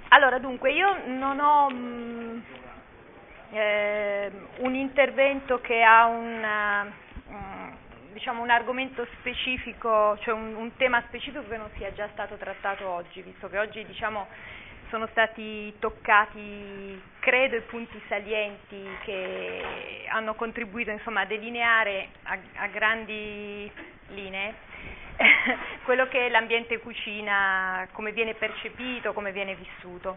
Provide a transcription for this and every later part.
Allora, dunque, io non ho un intervento che ha diciamo un argomento specifico, cioè un tema specifico che non sia già stato trattato oggi, visto che oggi, diciamo, sono stati toccati, credo, i punti salienti che hanno contribuito, insomma, a delineare a grandi linee quello che è l'ambiente cucina, come viene percepito, come viene vissuto.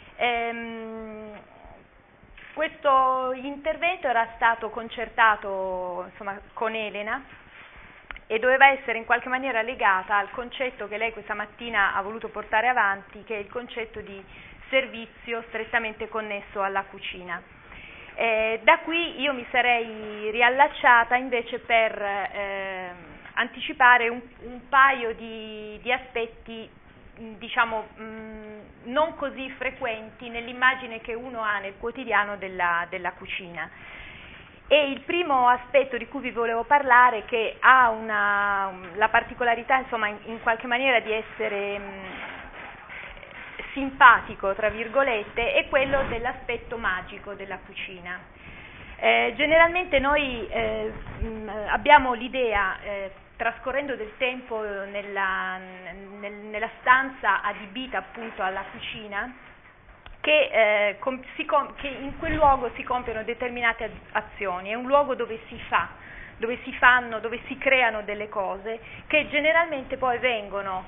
Questo intervento era stato concertato, insomma, con Elena e doveva essere in qualche maniera legata al concetto che lei questa mattina ha voluto portare avanti, che è il concetto di servizio strettamente connesso alla cucina. Da qui io mi sarei riallacciata invece per anticipare un paio di aspetti, diciamo, non così frequenti nell'immagine che uno ha nel quotidiano della cucina. E il primo aspetto di cui vi volevo parlare, che ha la particolarità, insomma, in qualche maniera di essere simpatico, tra virgolette, è quello dell'aspetto magico della cucina. Generalmente noi abbiamo l'idea, trascorrendo del tempo nella stanza adibita appunto alla cucina, che in quel luogo si compiono determinate azioni, è un luogo dove si fa, dove si creano delle cose che generalmente poi vengono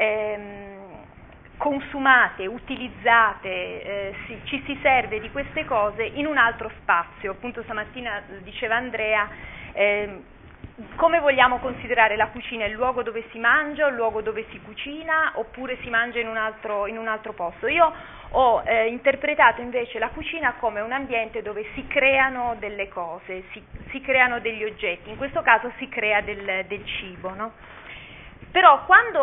consumate, utilizzate, ci si serve di queste cose in un altro spazio. Appunto stamattina diceva Andrea, come vogliamo considerare la cucina? Il luogo dove si mangia, il luogo dove si cucina, oppure si mangia in un altro posto? Io ho interpretato invece la cucina come un ambiente dove si creano delle cose, si creano degli oggetti, in questo caso si crea del cibo, no? Però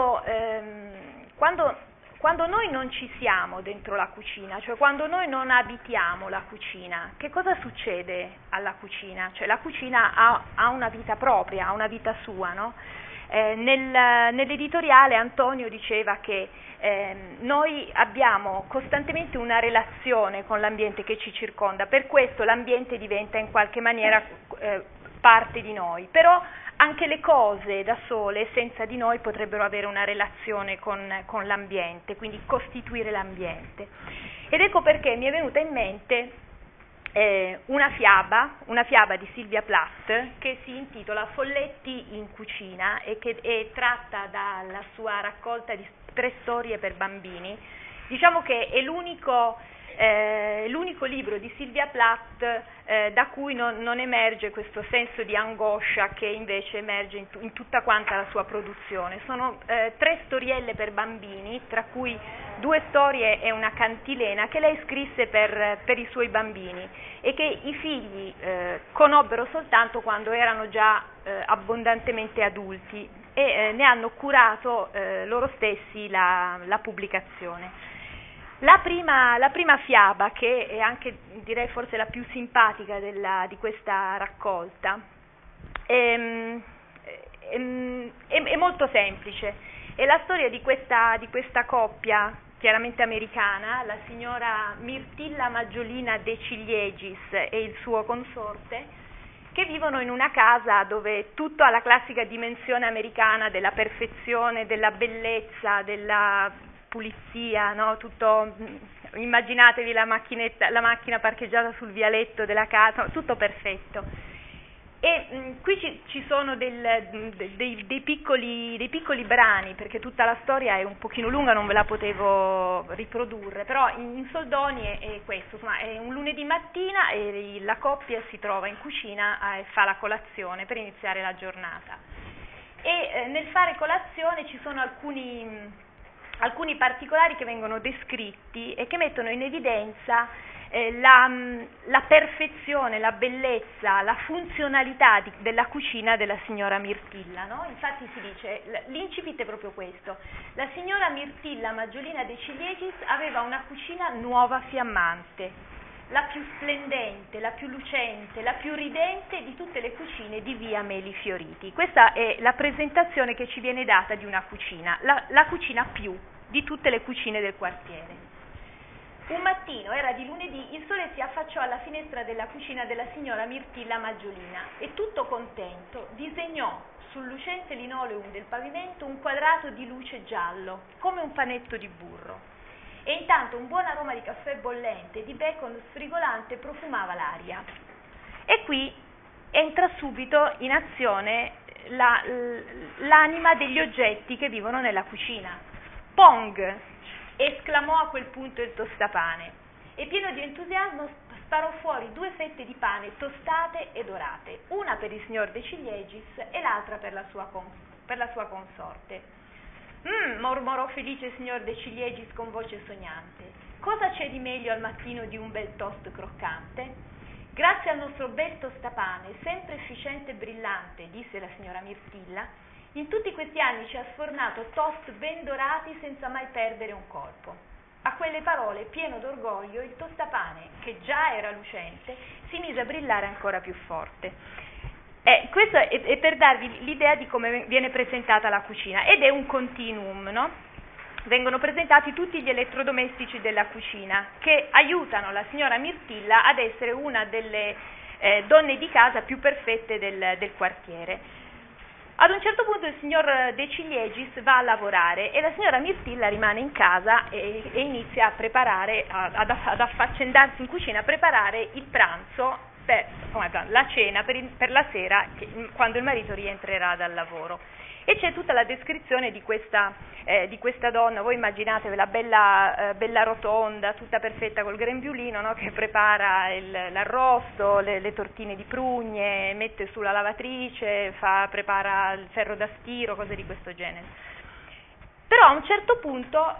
quando noi non ci siamo dentro la cucina, cioè quando noi non abitiamo la cucina, che cosa succede alla cucina? Cioè la cucina ha una vita propria, ha una vita sua, no? Nell'editoriale Antonio diceva che noi abbiamo costantemente una relazione con l'ambiente che ci circonda, per questo l'ambiente diventa in qualche maniera parte di noi, però anche le cose da sole, senza di noi, potrebbero avere una relazione con l'ambiente, quindi costituire l'ambiente. Ed ecco perché mi è venuta in mente una fiaba di Sylvia Plath che si intitola Folletti in cucina e che è tratta dalla sua raccolta di 3 storie per bambini. Diciamo che è l'unico libro di Sylvia Plath da cui non emerge questo senso di angoscia che invece emerge in tutta quanta la sua produzione. Sono 3 storielle per bambini, tra cui 2 storie e una cantilena che lei scrisse per i suoi bambini e che i figli conobbero soltanto quando erano già abbondantemente adulti e ne hanno curato loro stessi la pubblicazione. La prima fiaba, che è anche, direi, forse la più simpatica di questa raccolta, è molto semplice. È la storia di questa coppia, chiaramente americana, la signora Mirtilla Maggiolina De Ciliegis e il suo consorte, che vivono in una casa dove tutto ha la classica dimensione americana della perfezione, della bellezza, della pulizia, no? Tutto, immaginatevi la macchina parcheggiata sul vialetto della casa, tutto perfetto. E qui ci sono dei piccoli brani, perché tutta la storia è un pochino lunga, non ve la potevo riprodurre, però in soldoni è questo, insomma, è un lunedì mattina e la coppia si trova in cucina e fa la colazione per iniziare la giornata. E nel fare colazione ci sono alcuni particolari che vengono descritti e che mettono in evidenza la perfezione, la bellezza, la funzionalità della cucina della signora Mirtilla, no? Infatti si dice, l'incipit è proprio questo: la signora Mirtilla Maggiolina De Ciliegis aveva una cucina nuova fiammante, la più splendente, la più lucente, la più ridente di tutte le cucine di via Meli Fioriti. Questa è la presentazione che ci viene data di una cucina, la cucina più di tutte le cucine del quartiere. Un mattino, era di lunedì, il sole si affacciò alla finestra della cucina della signora Mirtilla Maggiolina e, tutto contento, disegnò sul lucente linoleum del pavimento un quadrato di luce giallo, come un panetto di burro. E intanto un buon aroma di caffè bollente e di bacon sfrigolante profumava l'aria. E qui entra subito in azione l'anima degli oggetti che vivono nella cucina. Pong! Esclamò a quel punto il tostapane e, pieno di entusiasmo, sparò fuori 2 fette di pane tostate e dorate, una per il signor De Ciliegis e l'altra per la sua consorte. Mormorò felice il signor De Ciliegis con voce sognante. Cosa c'è di meglio al mattino di un bel toast croccante? Grazie al nostro bel tostapane, sempre efficiente e brillante, disse la signora Mirtilla, in tutti questi anni ci ha sfornato toast ben dorati senza mai perdere un colpo. A quelle parole, pieno d'orgoglio, il tostapane, che già era lucente, si mise a brillare ancora più forte. Questo è per darvi l'idea di come viene presentata la cucina, ed è un continuum, no? Vengono presentati tutti gli elettrodomestici della cucina che aiutano la signora Mirtilla ad essere una delle donne di casa più perfette del quartiere. Ad un certo punto il signor De Ciliegis va a lavorare e la signora Mirtilla rimane in casa e inizia a preparare, ad affaccendarsi in cucina, a preparare il pranzo, la cena per la sera, quando il marito rientrerà dal lavoro. E c'è tutta la descrizione di questa donna. Voi immaginatevi la bella rotonda, tutta perfetta col grembiulino, no? Che prepara l'arrosto, le tortine di prugne, mette sulla lavatrice, prepara il ferro da stiro, cose di questo genere. Però a un certo punto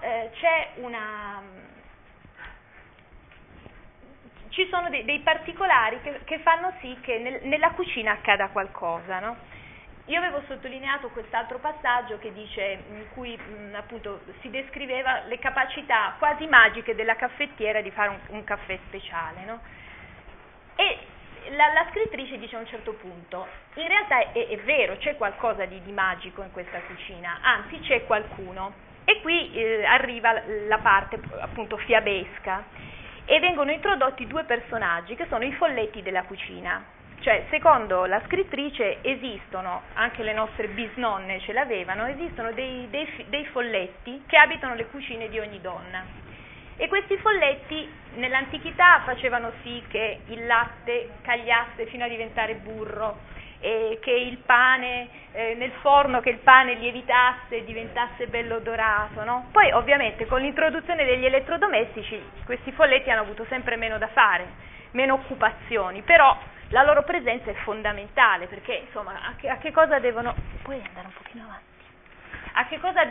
ci sono dei particolari che fanno sì che nella cucina accada qualcosa, no? Io avevo sottolineato quest'altro passaggio che dice, in cui appunto si descriveva le capacità quasi magiche della caffettiera di fare un caffè speciale, no? E la scrittrice dice a un certo punto, in realtà è vero, c'è qualcosa di magico in questa cucina, anzi c'è qualcuno. E qui arriva la parte appunto fiabesca e vengono introdotti 2 personaggi che sono i folletti della cucina. Cioè, secondo la scrittrice, esistono, anche le nostre bisnonne ce l'avevano, esistono dei folletti che abitano le cucine di ogni donna. E questi folletti nell'antichità facevano sì che il latte cagliasse fino a diventare burro, e che il pane, nel forno, che il pane lievitasse e diventasse bello dorato, no? Poi ovviamente con l'introduzione degli elettrodomestici questi folletti hanno avuto sempre meno da fare, meno occupazioni, però la loro presenza è fondamentale, perché insomma a che cosa devono, puoi andare un pochino avanti, a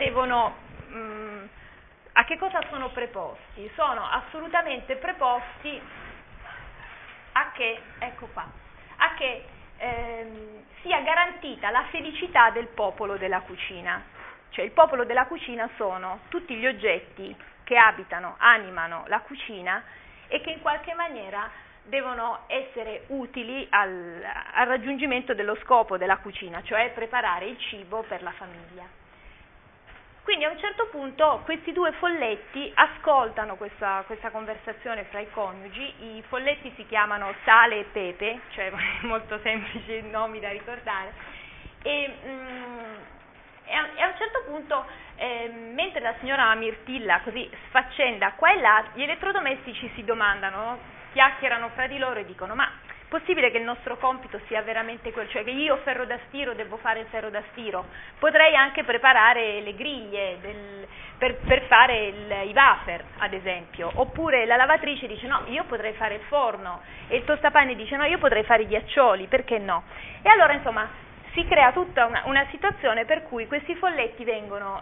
che cosa sono preposti? Sono assolutamente preposti a che, ecco qua, a che sia garantita la felicità del popolo della cucina. Cioè il popolo della cucina sono tutti gli oggetti che animano la cucina e che in qualche maniera devono essere utili al raggiungimento dello scopo della cucina, cioè preparare il cibo per la famiglia. Quindi a un certo punto questi 2 folletti ascoltano questa conversazione fra i coniugi. I folletti si chiamano Sale e Pepe, cioè molto semplici nomi da ricordare, e a un certo punto, mentre la signora Mirtilla così sfaccenda qua e là, gli elettrodomestici si domandano, no? Chiacchierano fra di loro e dicono: ma è possibile che il nostro compito sia veramente quello, cioè che io ferro da stiro devo fare il ferro da stiro, potrei anche preparare le griglie per fare i wafer, ad esempio, oppure la lavatrice dice no, io potrei fare il forno, e il tostapane dice no, io potrei fare i ghiaccioli, perché no? E allora insomma si crea tutta una situazione per cui questi folletti vengono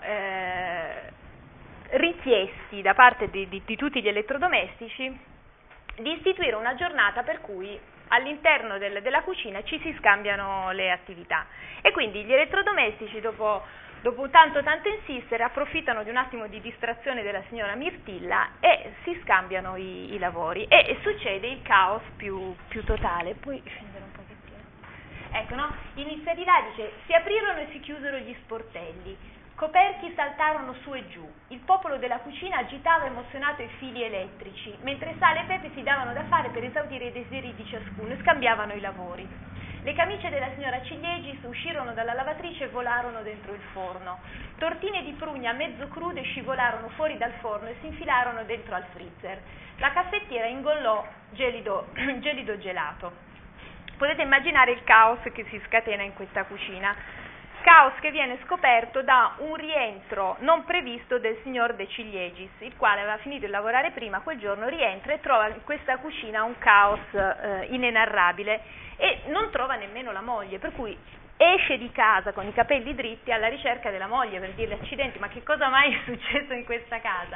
richiesti da parte di tutti gli elettrodomestici di istituire una giornata per cui all'interno della cucina ci si scambiano le attività, e quindi gli elettrodomestici dopo tanto insistere approfittano di un attimo di distrazione della signora Mirtilla e si scambiano i lavori, e succede il caos più totale. Puoi scendere un pochettino? Ecco, no? Inizia di là, dice: si aprirono e si chiusero gli sportelli. Coperchi saltarono su e giù. Il popolo della cucina agitava emozionato i fili elettrici, mentre Sale e Pepe si davano da fare per esaudire i desideri di ciascuno e scambiavano i lavori. Le camicie della signora Ciliegis uscirono dalla lavatrice e volarono dentro il forno. Tortine di prugna mezzo crude scivolarono fuori dal forno e si infilarono dentro al freezer. La caffettiera ingollò gelido gelato. Potete immaginare il caos che si scatena in questa cucina. Caos che viene scoperto da un rientro non previsto del signor De Ciliegis, il quale aveva finito di lavorare prima, quel giorno rientra e trova in questa cucina un caos inenarrabile e non trova nemmeno la moglie, per cui esce di casa con i capelli dritti alla ricerca della moglie per dirle: accidenti, ma che cosa mai è successo in questa casa?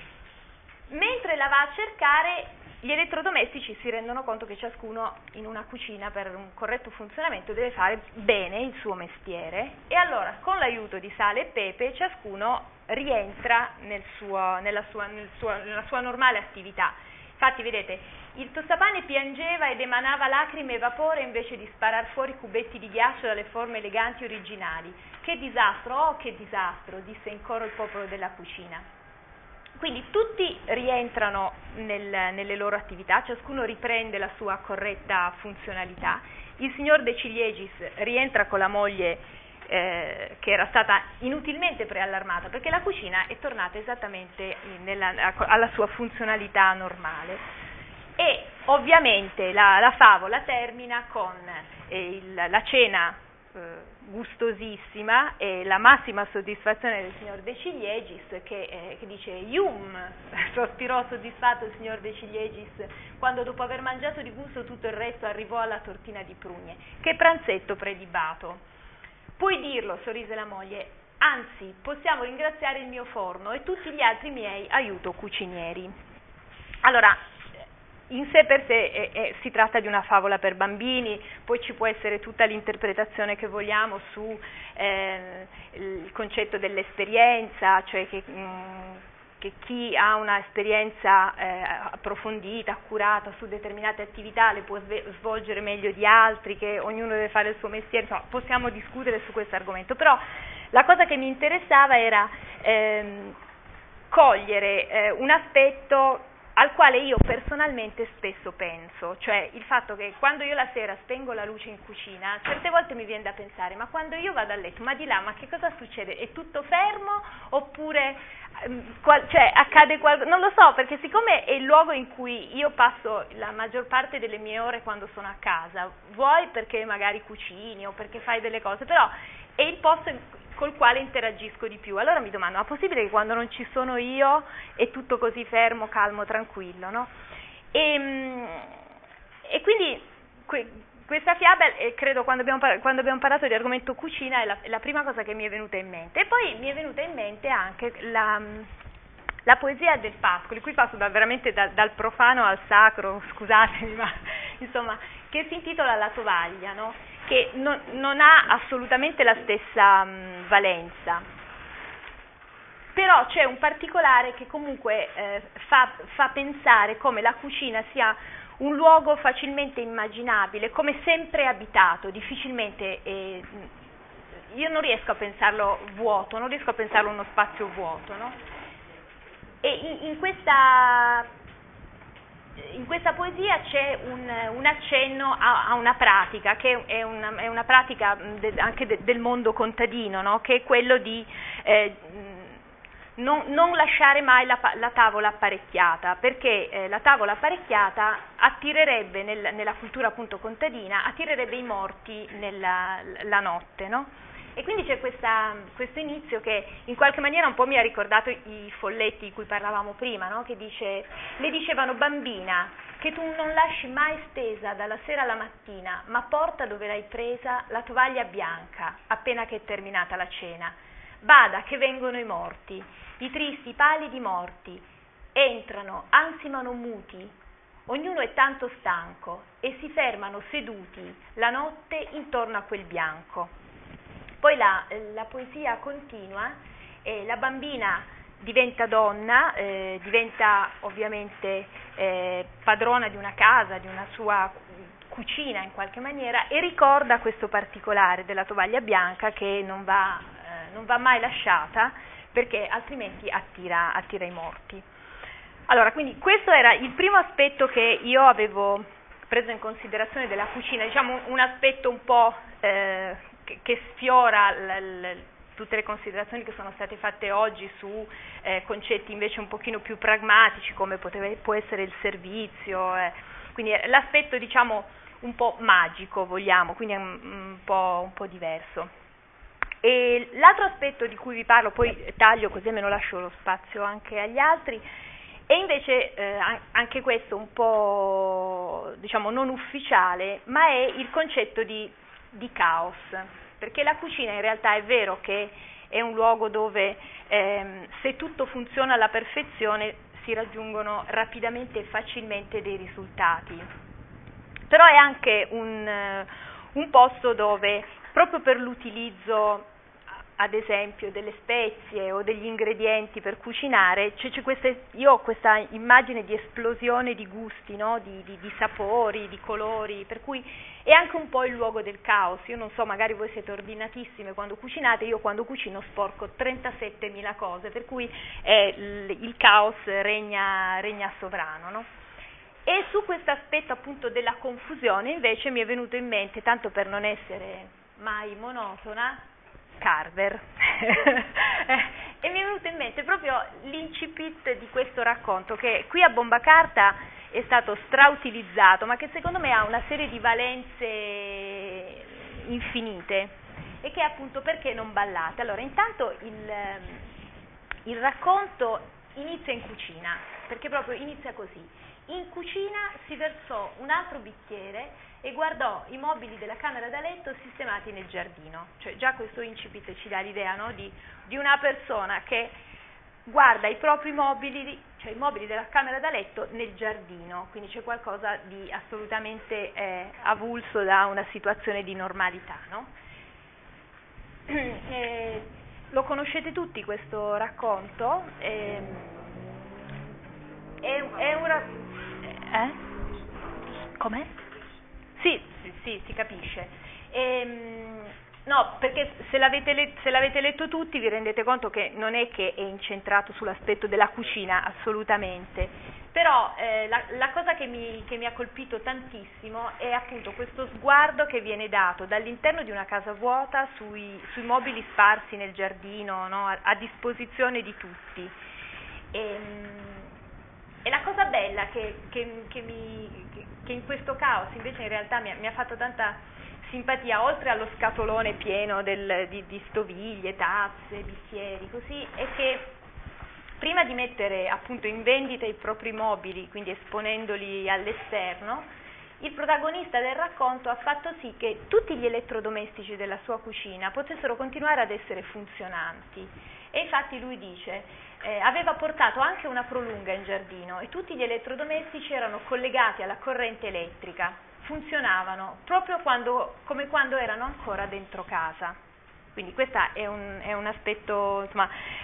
Mentre la va a cercare, gli elettrodomestici si rendono conto che ciascuno in una cucina per un corretto funzionamento deve fare bene il suo mestiere e allora con l'aiuto di Sale e Pepe ciascuno rientra nella sua normale attività. Infatti vedete, il tostapane piangeva ed emanava lacrime e vapore invece di sparar fuori cubetti di ghiaccio dalle forme eleganti e originali. Che disastro, oh che disastro, disse in coro il popolo della cucina. Quindi tutti rientrano nelle loro attività, ciascuno riprende la sua corretta funzionalità. Il signor De Ciliegis rientra con la moglie che era stata inutilmente preallarmata, perché la cucina è tornata esattamente alla sua funzionalità normale. E ovviamente la favola termina con la cena gustosissima e la massima soddisfazione del signor De Ciliegis che dice "Ium", sospirò soddisfatto il signor De Ciliegis quando dopo aver mangiato di gusto tutto il resto arrivò alla tortina di prugne. "Che pranzetto predibato". "Puoi dirlo", sorrise la moglie, "anzi possiamo ringraziare il mio forno e tutti gli altri miei aiuto cucinieri". Allora, in sé per sé si tratta di una favola per bambini, poi ci può essere tutta l'interpretazione che vogliamo su il concetto dell'esperienza, cioè che chi ha una esperienza approfondita, accurata su determinate attività le può svolgere meglio di altri, che ognuno deve fare il suo mestiere, insomma possiamo discutere su questo argomento, però la cosa che mi interessava era cogliere un aspetto al quale io personalmente spesso penso, cioè il fatto che quando io la sera spengo la luce in cucina, certe volte mi viene da pensare, ma quando io vado a letto, ma di là, ma che cosa succede? È tutto fermo oppure accade qualcosa? Non lo so, perché siccome è il luogo in cui io passo la maggior parte delle mie ore quando sono a casa, vuoi perché magari cucini o perché fai delle cose, però è il posto col quale interagisco di più. Allora mi domando, ma è possibile che quando non ci sono io è tutto così fermo, calmo, tranquillo, no? E quindi questa fiaba, credo quando abbiamo parlato di argomento cucina, è la prima cosa che mi è venuta in mente. E poi mi è venuta in mente anche la poesia del Pascoli, qui passo veramente dal profano al sacro, scusatemi, ma insomma, che si intitola La tovaglia, no? Che non ha assolutamente la stessa valenza, però c'è un particolare che comunque fa pensare come la cucina sia un luogo facilmente immaginabile, come sempre abitato, difficilmente, io non riesco a pensarlo vuoto, non riesco a pensarlo uno spazio vuoto, no? E in questa poesia c'è un accenno a una pratica, che è una pratica anche del mondo contadino, no? Che è quello di non lasciare mai la tavola apparecchiata, perché la tavola apparecchiata attirerebbe, nella cultura appunto contadina, attirerebbe i morti la notte, no? E quindi c'è questo inizio che in qualche maniera un po' mi ha ricordato i folletti di cui parlavamo prima, no? Che le dicevano: bambina, che tu non lasci mai stesa dalla sera alla mattina, ma porta dove l'hai presa la tovaglia bianca, appena che è terminata la cena. Bada che vengono i morti, i tristi palidi morti, entrano, ansimano muti, ognuno è tanto stanco, e si fermano seduti la notte intorno a quel bianco. Poi la poesia continua e la bambina diventa donna, diventa ovviamente padrona di una casa, di una sua cucina in qualche maniera, e ricorda questo particolare della tovaglia bianca che non va va mai lasciata, perché altrimenti attira i morti. Allora, quindi questo era il primo aspetto che io avevo preso in considerazione della cucina, diciamo un aspetto un po' che sfiora tutte le considerazioni che sono state fatte oggi su concetti invece un pochino più pragmatici, come può essere il servizio, quindi l'aspetto, diciamo, un po' magico, vogliamo, quindi è un po' diverso. E l'altro aspetto di cui vi parlo, poi taglio così almeno lascio lo spazio anche agli altri, e invece anche questo un po', diciamo, non ufficiale, ma è il concetto di caos, perché la cucina in realtà è vero che è un luogo dove se tutto funziona alla perfezione si raggiungono rapidamente e facilmente dei risultati, però è anche un posto dove, proprio per l'utilizzo ad esempio delle spezie o degli ingredienti per cucinare, io ho questa immagine di esplosione di gusti, no? di sapori, di colori, per cui è anche un po' il luogo del caos. Io non so, magari voi siete ordinatissime quando cucinate, io quando cucino sporco 37.000 cose, per cui il caos regna sovrano, no? E su questo aspetto appunto della confusione invece mi è venuto in mente, tanto per non essere mai monotona, Carver e mi è venuto in mente proprio l'incipit di questo racconto, che qui a Bomba Carta è stato strautilizzato, ma che secondo me ha una serie di valenze infinite, e che è appunto Perché non ballate. Allora, intanto il racconto inizia in cucina, perché proprio inizia così. In cucina si versò un altro bicchiere e guardò i mobili della camera da letto sistemati nel giardino. Cioè già questo incipit ci dà l'idea, no? di una persona che guarda i propri mobili, cioè i mobili della camera da letto nel giardino, quindi c'è qualcosa di assolutamente avulso da una situazione di normalità, no? Lo conoscete tutti questo racconto? È un Com'è? Sì, si capisce. No, perché se l'avete letto tutti vi rendete conto che non è che è incentrato sull'aspetto della cucina, assolutamente, però la cosa che mi ha colpito tantissimo è appunto questo sguardo che viene dato dall'interno di una casa vuota sui mobili sparsi nel giardino, no? a disposizione di tutti. E la cosa bella che in questo caos invece in realtà mi ha fatto tanta simpatia, oltre allo scatolone pieno di stoviglie, tazze, bicchieri, così, è che prima di mettere appunto in vendita i propri mobili, quindi esponendoli all'esterno, il protagonista del racconto ha fatto sì che tutti gli elettrodomestici della sua cucina potessero continuare ad essere funzionanti. E infatti lui dice aveva portato anche una prolunga in giardino e tutti gli elettrodomestici erano collegati alla corrente elettrica, funzionavano proprio come quando erano ancora dentro casa. Quindi questo è un aspetto, insomma,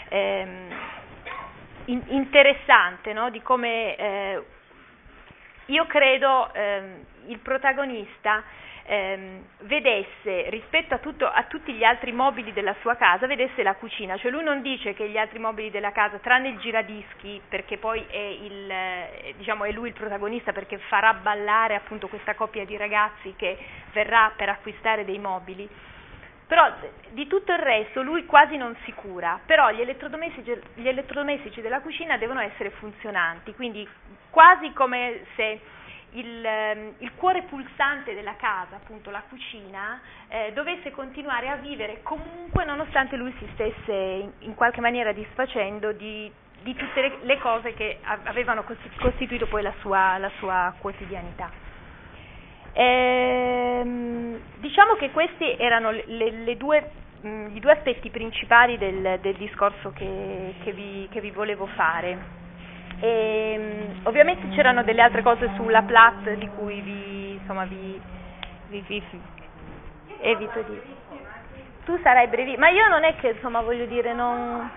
interessante, no? Di come io credo il protagonista vedesse, rispetto a tutti gli altri mobili della sua casa, vedesse la cucina. Cioè lui non dice che gli altri mobili della casa, tranne il giradischi, perché poi è lui il protagonista, perché farà ballare appunto questa coppia di ragazzi che verrà per acquistare dei mobili, però di tutto il resto lui quasi non si cura. Però gli elettrodomestici della cucina devono essere funzionanti, quindi quasi come se il cuore pulsante della casa, appunto la cucina, dovesse continuare a vivere comunque, nonostante lui si stesse in qualche maniera disfacendo di tutte le cose che avevano costituito poi la sua quotidianità. Diciamo che questi erano i due aspetti principali del discorso che vi volevo fare. Ovviamente c'erano delle altre cose sulla Plath di cui vi evito di... Tu sarai brevissimo, ma io non è che, insomma, voglio dire, non...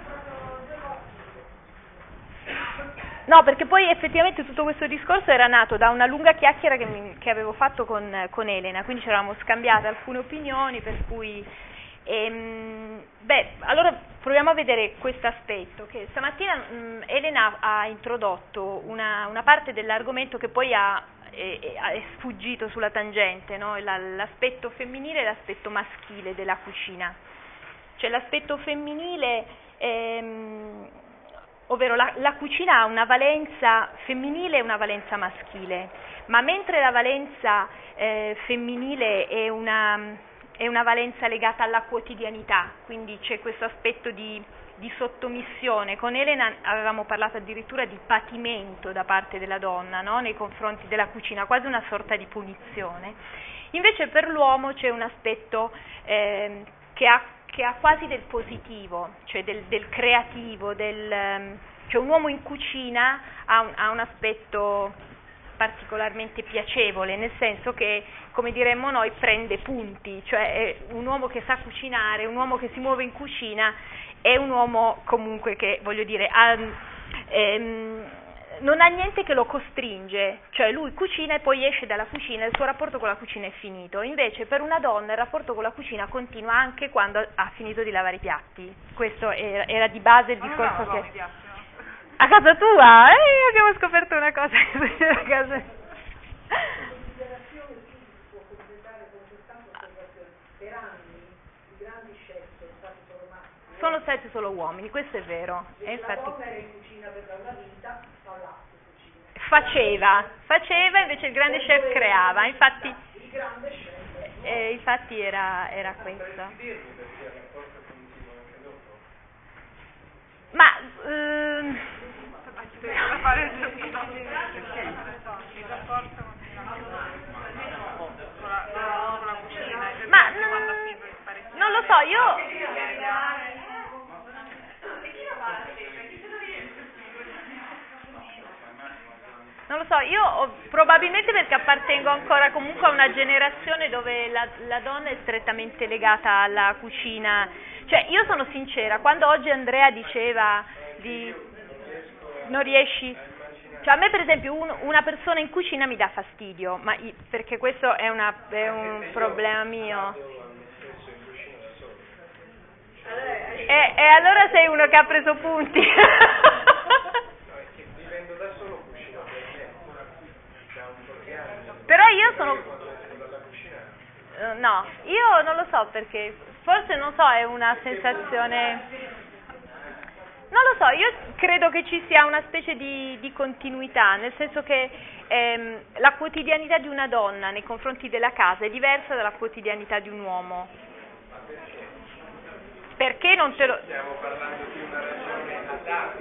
No, perché poi effettivamente tutto questo discorso era nato da una lunga chiacchiera che avevo fatto con Elena, quindi ci eravamo scambiate alcune opinioni, per cui... Allora proviamo a vedere questo aspetto, che stamattina Elena ha introdotto una parte dell'argomento che poi è sfuggito sulla tangente, no? L'aspetto femminile e l'aspetto maschile della cucina. Cioè l'aspetto femminile, ovvero la cucina ha una valenza femminile e una valenza maschile, ma mentre la valenza femminile è una valenza legata alla quotidianità, quindi c'è questo aspetto di sottomissione. Con Elena avevamo parlato addirittura di patimento da parte della donna, no? Nei confronti della cucina, quasi una sorta di punizione. Invece per l'uomo c'è un aspetto che ha quasi del positivo, cioè del creativo, cioè un uomo in cucina ha un aspetto particolarmente piacevole, nel senso che, come diremmo noi, prende punti, cioè è un uomo che sa cucinare, un uomo che si muove in cucina, è un uomo comunque che, voglio dire, non ha niente che lo costringe, cioè lui cucina e poi esce dalla cucina e il suo rapporto con la cucina è finito. Invece per una donna il rapporto con la cucina continua anche quando ha finito di lavare i piatti. Questo era di base il discorso che... A casa tua? Abbiamo scoperto una cosa che succede a casa. Per anni i grandi chef sono stati solo maschi. Sono stati solo uomini, questo è vero. E infatti, la donna era in cucina per da una vita, fa cucina. Faceva, invece il grande chef creava, infatti. Il grande chef. Infatti era questo. Ma non lo so, probabilmente perché appartengo ancora comunque a una generazione dove la donna è strettamente legata alla cucina. Cioè, io sono sincera, quando oggi Andrea diceva non riesci... Cioè, a me per esempio una persona in cucina mi dà fastidio, perché questo è un problema mio. E allora sei uno che ha preso punti. Però io sono... No, io non lo so perché, forse non so, è una sensazione... Non lo so, io credo che ci sia una specie di continuità, nel senso che la quotidianità di una donna nei confronti della casa è diversa dalla quotidianità di un uomo. Perché non te lo... Stiamo parlando di una ragione adatta.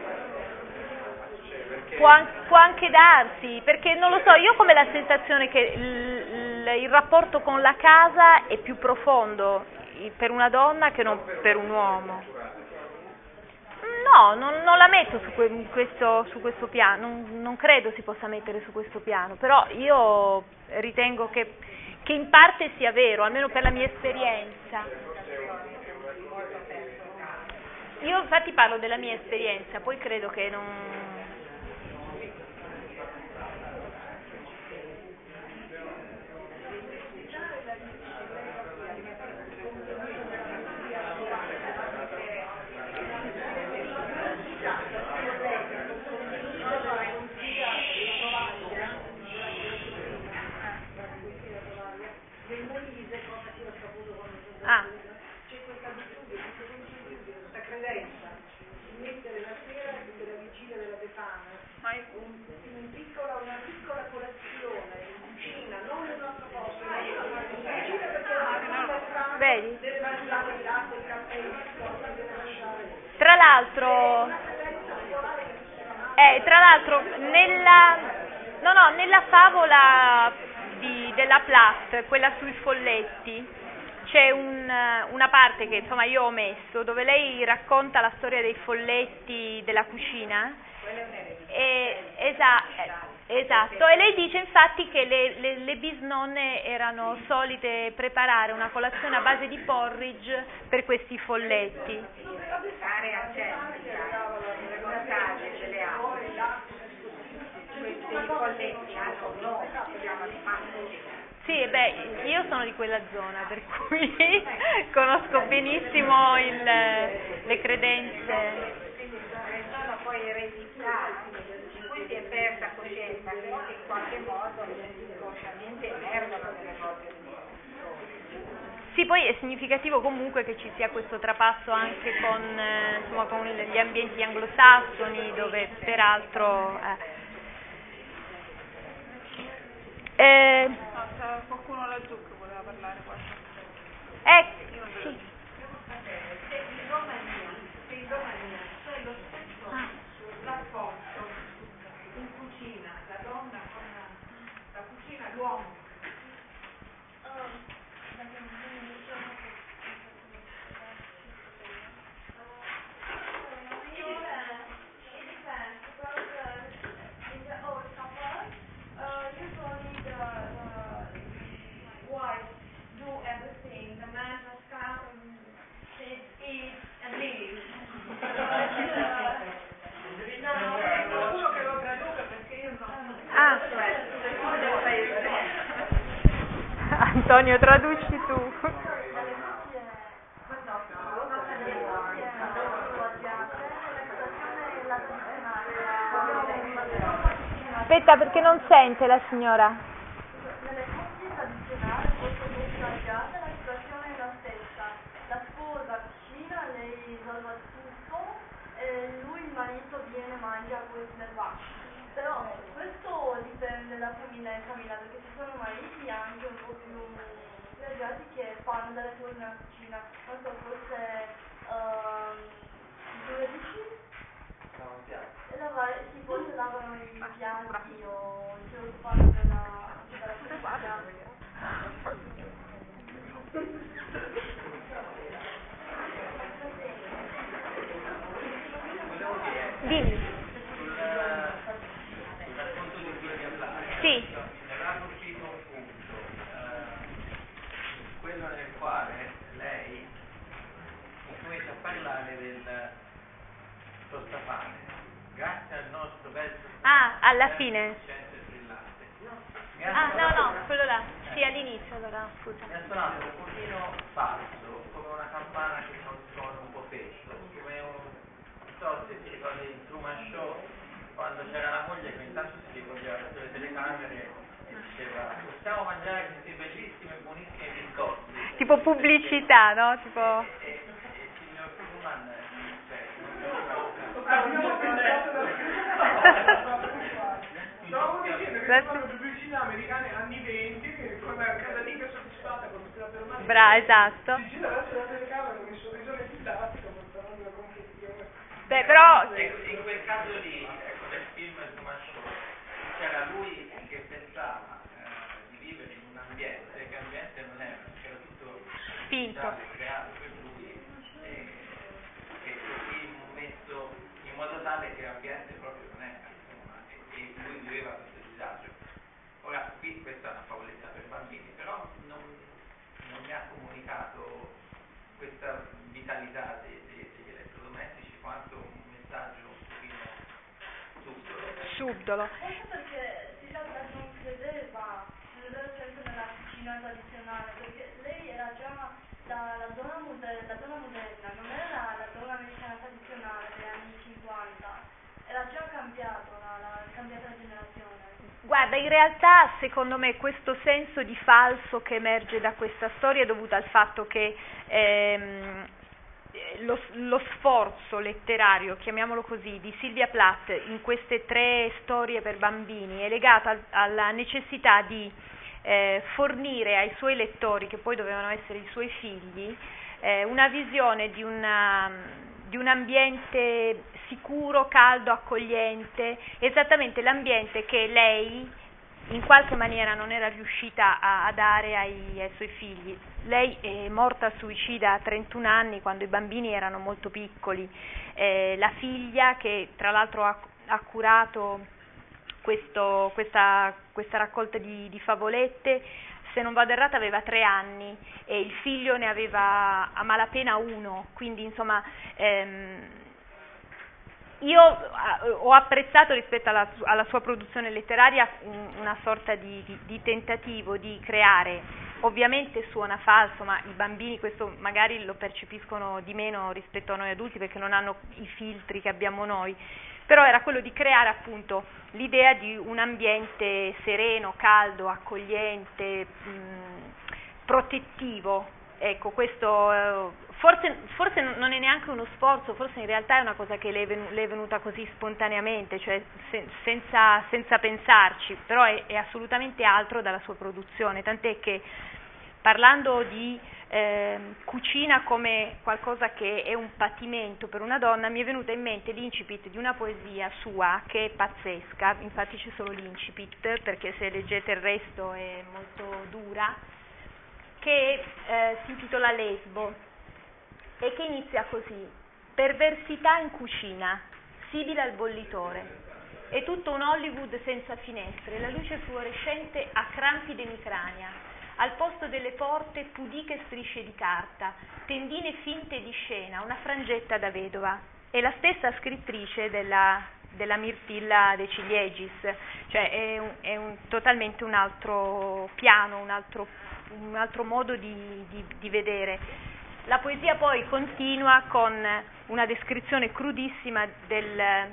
Può anche darsi, perché non lo so, io ho come la sensazione che il rapporto con la casa è più profondo per una donna che non per un uomo. No, non la metto su questo piano, non credo si possa mettere su questo piano, però io ritengo che in parte sia vero, almeno per la mia esperienza. Io infatti parlo della mia esperienza, poi credo che non... Ah. C'è questa abitudine, questa credenza di mettere la sera della vigilia della Befana una piccola colazione in cucina, non in un altro posto, in cucina perché Vedi? deve mangiare il latte, il caffè, il biscotto, deve mangiare. Tra l'altro nella favola della Plath, quella sui folletti, c'è una parte che insomma io ho messo, dove lei racconta la storia dei folletti della cucina. Esatto, e lei dice infatti che le bisnonne erano solite preparare una colazione a base di porridge per questi folletti. Sì, beh, io sono di quella zona, per cui conosco benissimo le credenze. Sono poi eredità, in cui si è persa coscienza, però in qualche modo inconsciamente emergono delle cose. Sì, poi è significativo comunque che ci sia questo trapasso anche con gli ambienti anglosassoni, dove peraltro... c'era qualcuno laggiù che voleva parlare quasi. Sì. Se in Romania c'è lo stesso rapporto in cucina, la donna con la cucina, l'uomo. Wife do everything, the man just come, sit, eat and leave. No, uno che lo traduca perché io no. Antonio, traduci tu. Aspetta, perché non sente la signora. Nelle coppie tradizionali molto contagiate la situazione è la stessa. La sposa cucina, lei risolve tutto e lui il marito viene e mangia nel bar. Però questo dipende da famiglia in famiglia, perché ci sono mariti anche un po' più viaggiati che fanno delle cose nella cucina. Non so, forse 12 e lavare, sì, forse lavano i piatti o si occupano della cucina. Dimmi. Sul racconto di cui parlare. Sì. Mi aveva colpito un punto, quello nel quale lei comincia a parlare del tostapane. Grazie al nostro bel Alla fine. brillante. No, quello là. Sì, all'inizio, allora, scusa. Mi ha suonato un pochino falso, come una campana che non suona un po' festo, come non so se ti ricordi il Truman Show, quando c'era la moglie che intanto si rivolgeva verso le telecamere e diceva possiamo mangiare questi bellissimi e buonissimi biscotti. Tipo pubblicità, no? Tipo... E il signor Truman Stavo dicendo che sono pubblicità americane anni 20 che con la casalinga soddisfatta con questa permanenza esatto. si gira verso la telecamera con il sorrisone fantastico mostrando la confezione. Beh, però... in quel caso lì, ecco, nel film Truman Show, c'era lui che pensava di vivere in un ambiente che ambiente non era, c'era tutto Finto. creato per lui e così messo in modo tale che l'ambiente proprio non era, insomma, e lui viveva questo disagio. Ora, qui questa è una favoletta per bambini, però non mi ha comunicato questa vitalità degli elettrodomestici quanto un messaggio un pochino Subdolo. Forse perché Silvia non credeva sempre nella cucina tradizionale, perché lei era già la donna moderna, non era la donna americana tradizionale degli anni 50, era già cambiato, cambiata la generazione. Guarda, in realtà secondo me questo senso di falso che emerge da questa storia è dovuto al fatto che lo sforzo letterario, chiamiamolo così, di Sylvia Plath in queste 3 storie per bambini è legato alla necessità di fornire ai suoi lettori, che poi dovevano essere i suoi figli, una visione di un ambiente sicuro, caldo, accogliente, esattamente l'ambiente che lei in qualche maniera non era riuscita a dare ai suoi figli. Lei è morta suicida a 31 anni quando i bambini erano molto piccoli. La figlia, che tra l'altro ha curato questa raccolta di favolette, se non vado errata aveva 3 anni e il figlio ne aveva a malapena 1, quindi insomma io ho apprezzato rispetto alla sua produzione letteraria una sorta di tentativo di creare, ovviamente suona falso, ma i bambini questo magari lo percepiscono di meno rispetto a noi adulti perché non hanno i filtri che abbiamo noi, però era quello di creare appunto l'idea di un ambiente sereno, caldo, accogliente, protettivo. Ecco, questo forse non è neanche uno sforzo, forse in realtà è una cosa che le è venuta così spontaneamente, cioè senza pensarci, però è assolutamente altro dalla sua produzione, tant'è che parlando di cucina come qualcosa che è un patimento per una donna, mi è venuta in mente l'incipit di una poesia sua che è pazzesca, infatti c'è solo l'incipit, perché se leggete il resto è molto dura, che si intitola Lesbo e che inizia così: perversità in cucina, simile al bollitore, è tutto un Hollywood senza finestre, la luce fluorescente ha crampi d'emicrania, al posto delle porte pudiche strisce di carta, tendine finte di scena, una frangetta da vedova. È la stessa scrittrice della Mirtilla De Ciliegis, cioè è totalmente un altro piano, un altro modo di vedere. La poesia poi continua con una descrizione crudissima del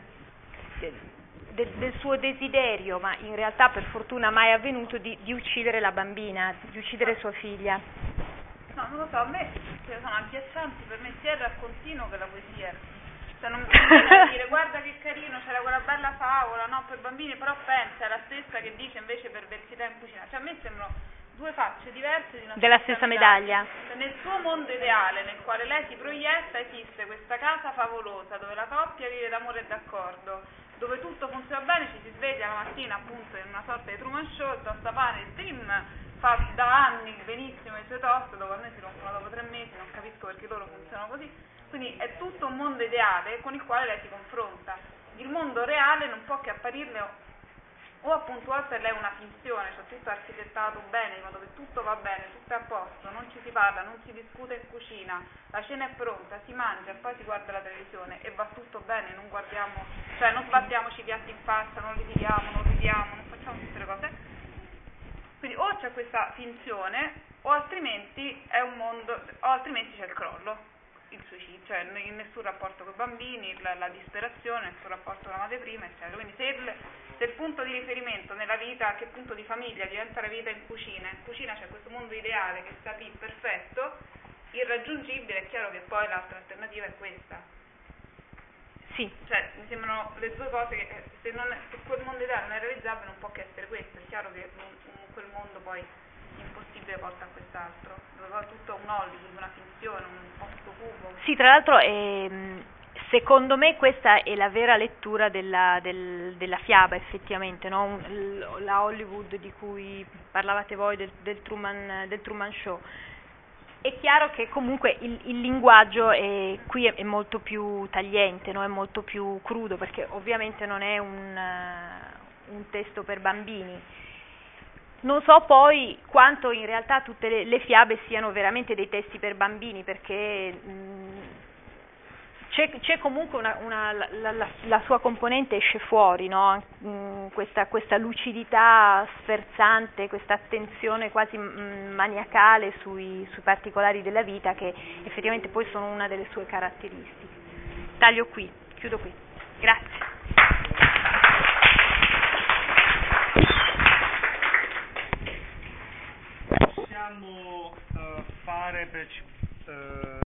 suo desiderio, ma in realtà per fortuna mai avvenuto, di uccidere la bambina, di uccidere sua figlia. No, non lo so, a me sono agghiaccianti per me sia il raccontino che la poesia. Cioè non mi viene dire guarda che carino, c'era quella bella favola, no, per bambini, però pensa, è la stessa che dice invece perversità in cucina. Cioè a me sembrano due facce diverse di una della stessa medaglia. Nel suo mondo ideale, nel quale lei si proietta, esiste questa casa favolosa dove la coppia vive d'amore e d'accordo, dove tutto funziona bene, ci si sveglia la mattina appunto in una sorta di Truman Show, tosta pane, il team fa da anni benissimo i suoi toast, dopo a noi si rompono dopo 3 mesi, non capisco perché loro funzionano così, quindi è tutto un mondo ideale con il quale lei si confronta. Il mondo reale non può che apparirle o appunto per lei una finzione, cioè tutto architettato bene, in modo che tutto va bene, tutto è a posto, non ci si parla, non si discute in cucina, la cena è pronta, si mangia e poi si guarda la televisione e va tutto bene, non guardiamo, cioè non sbattiamoci i piatti in faccia, non litighiamo, non ridiamo, non facciamo tutte le cose. Quindi o c'è questa finzione o altrimenti è un mondo, o altrimenti c'è il crollo, il suicidio, cioè nessun rapporto con i bambini, la disperazione, nessun rapporto con la madre prima, eccetera. Quindi se il punto di riferimento nella vita, che punto di famiglia diventa la vita in cucina c'è questo mondo ideale che sta lì perfetto, irraggiungibile, è chiaro che poi l'altra alternativa è questa. Sì. Cioè mi sembrano le due cose che se quel mondo ideale non è realizzabile non può che essere questo, è chiaro che quel mondo poi impossibile porta a quest'altro, dove va tutto un Hollywood, una finzione, un posto cubo. Sì, tra l'altro secondo me questa è la vera lettura della fiaba effettivamente, no? La Hollywood di cui parlavate voi, del Truman Show. È chiaro che comunque il linguaggio qui è molto più tagliente, no? È molto più crudo, perché ovviamente non è un testo per bambini. Non so poi quanto in realtà tutte le fiabe siano veramente dei testi per bambini, perché c'è comunque la sua componente esce fuori, no? Questa lucidità sferzante, questa attenzione quasi maniacale sui particolari della vita, che effettivamente poi sono una delle sue caratteristiche. Taglio qui, chiudo qui. Grazie. Possiamo fare